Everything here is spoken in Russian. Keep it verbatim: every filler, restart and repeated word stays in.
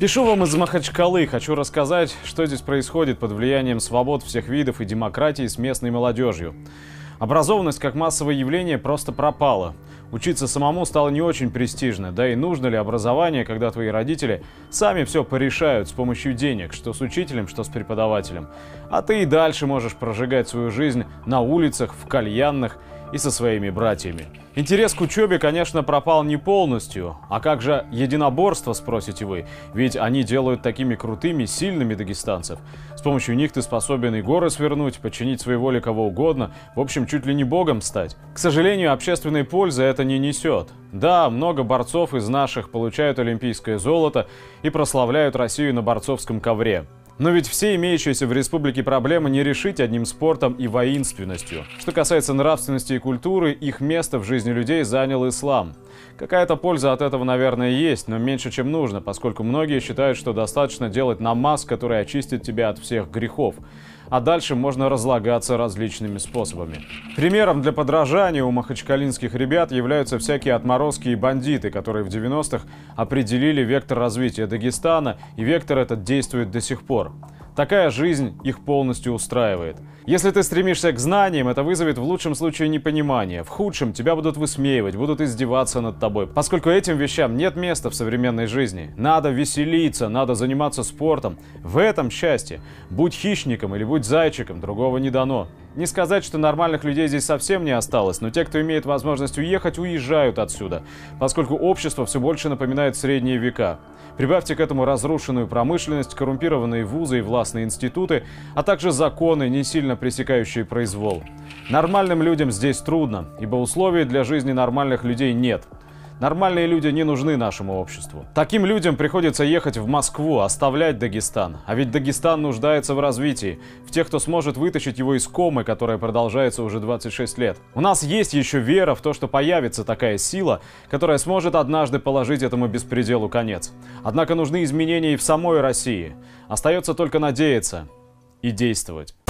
Пишу вам из Махачкалы. Хочу рассказать, что здесь происходит под влиянием свобод всех видов и демократии с местной молодежью. Образованность как массовое явление просто пропала. Учиться самому стало не очень престижно. Да и нужно ли образование, когда твои родители сами все порешают с помощью денег, что с учителем, что с преподавателем. А ты и дальше можешь прожигать свою жизнь на улицах, в кальянных и со своими братьями. Интерес к учебе, конечно, пропал не полностью. А как же единоборство, спросите вы? Ведь они делают такими крутыми, сильными дагестанцев. С помощью них ты способен и горы свернуть, подчинить своей воле кого угодно, в общем, чуть ли не богом стать. К сожалению, общественной пользы это не несет. Да, много борцов из наших получают олимпийское золото и прославляют Россию на борцовском ковре. Но ведь все имеющиеся в республике проблемы не решить одним спортом и воинственностью. Что касается нравственности и культуры, их место в жизни людей занял ислам. Какая-то польза от этого, наверное, есть, но меньше, чем нужно, поскольку многие считают, что достаточно делать намаз, который очистит тебя от всех грехов. А дальше можно разлагаться различными способами. Примером для подражания у махачкалинских ребят являются всякие отморозки и бандиты, которые в девяностых определили вектор развития Дагестана, и вектор этот действует до сих пор. Такая жизнь их полностью устраивает. Если ты стремишься к знаниям, это вызовет в лучшем случае непонимание. В худшем тебя будут высмеивать, будут издеваться над тобой. Поскольку этим вещам нет места в современной жизни. Надо веселиться, надо заниматься спортом. В этом счастье. Будь хищником или будь зайчиком, другого не дано. Не сказать, что нормальных людей здесь совсем не осталось, но те, кто имеет возможность уехать, уезжают отсюда, поскольку общество все больше напоминает средние века. Прибавьте к этому разрушенную промышленность, коррумпированные вузы и властные институты, а также законы, не сильно пресекающие произвол. Нормальным людям здесь трудно, ибо условий для жизни нормальных людей нет. Нормальные люди не нужны нашему обществу. Таким людям приходится ехать в Москву, оставлять Дагестан. А ведь Дагестан нуждается в развитии, в тех, кто сможет вытащить его из комы, которая продолжается уже двадцать шесть лет. У нас есть еще вера в то, что появится такая сила, которая сможет однажды положить этому беспределу конец. Однако нужны изменения и в самой России. Остается только надеяться и действовать.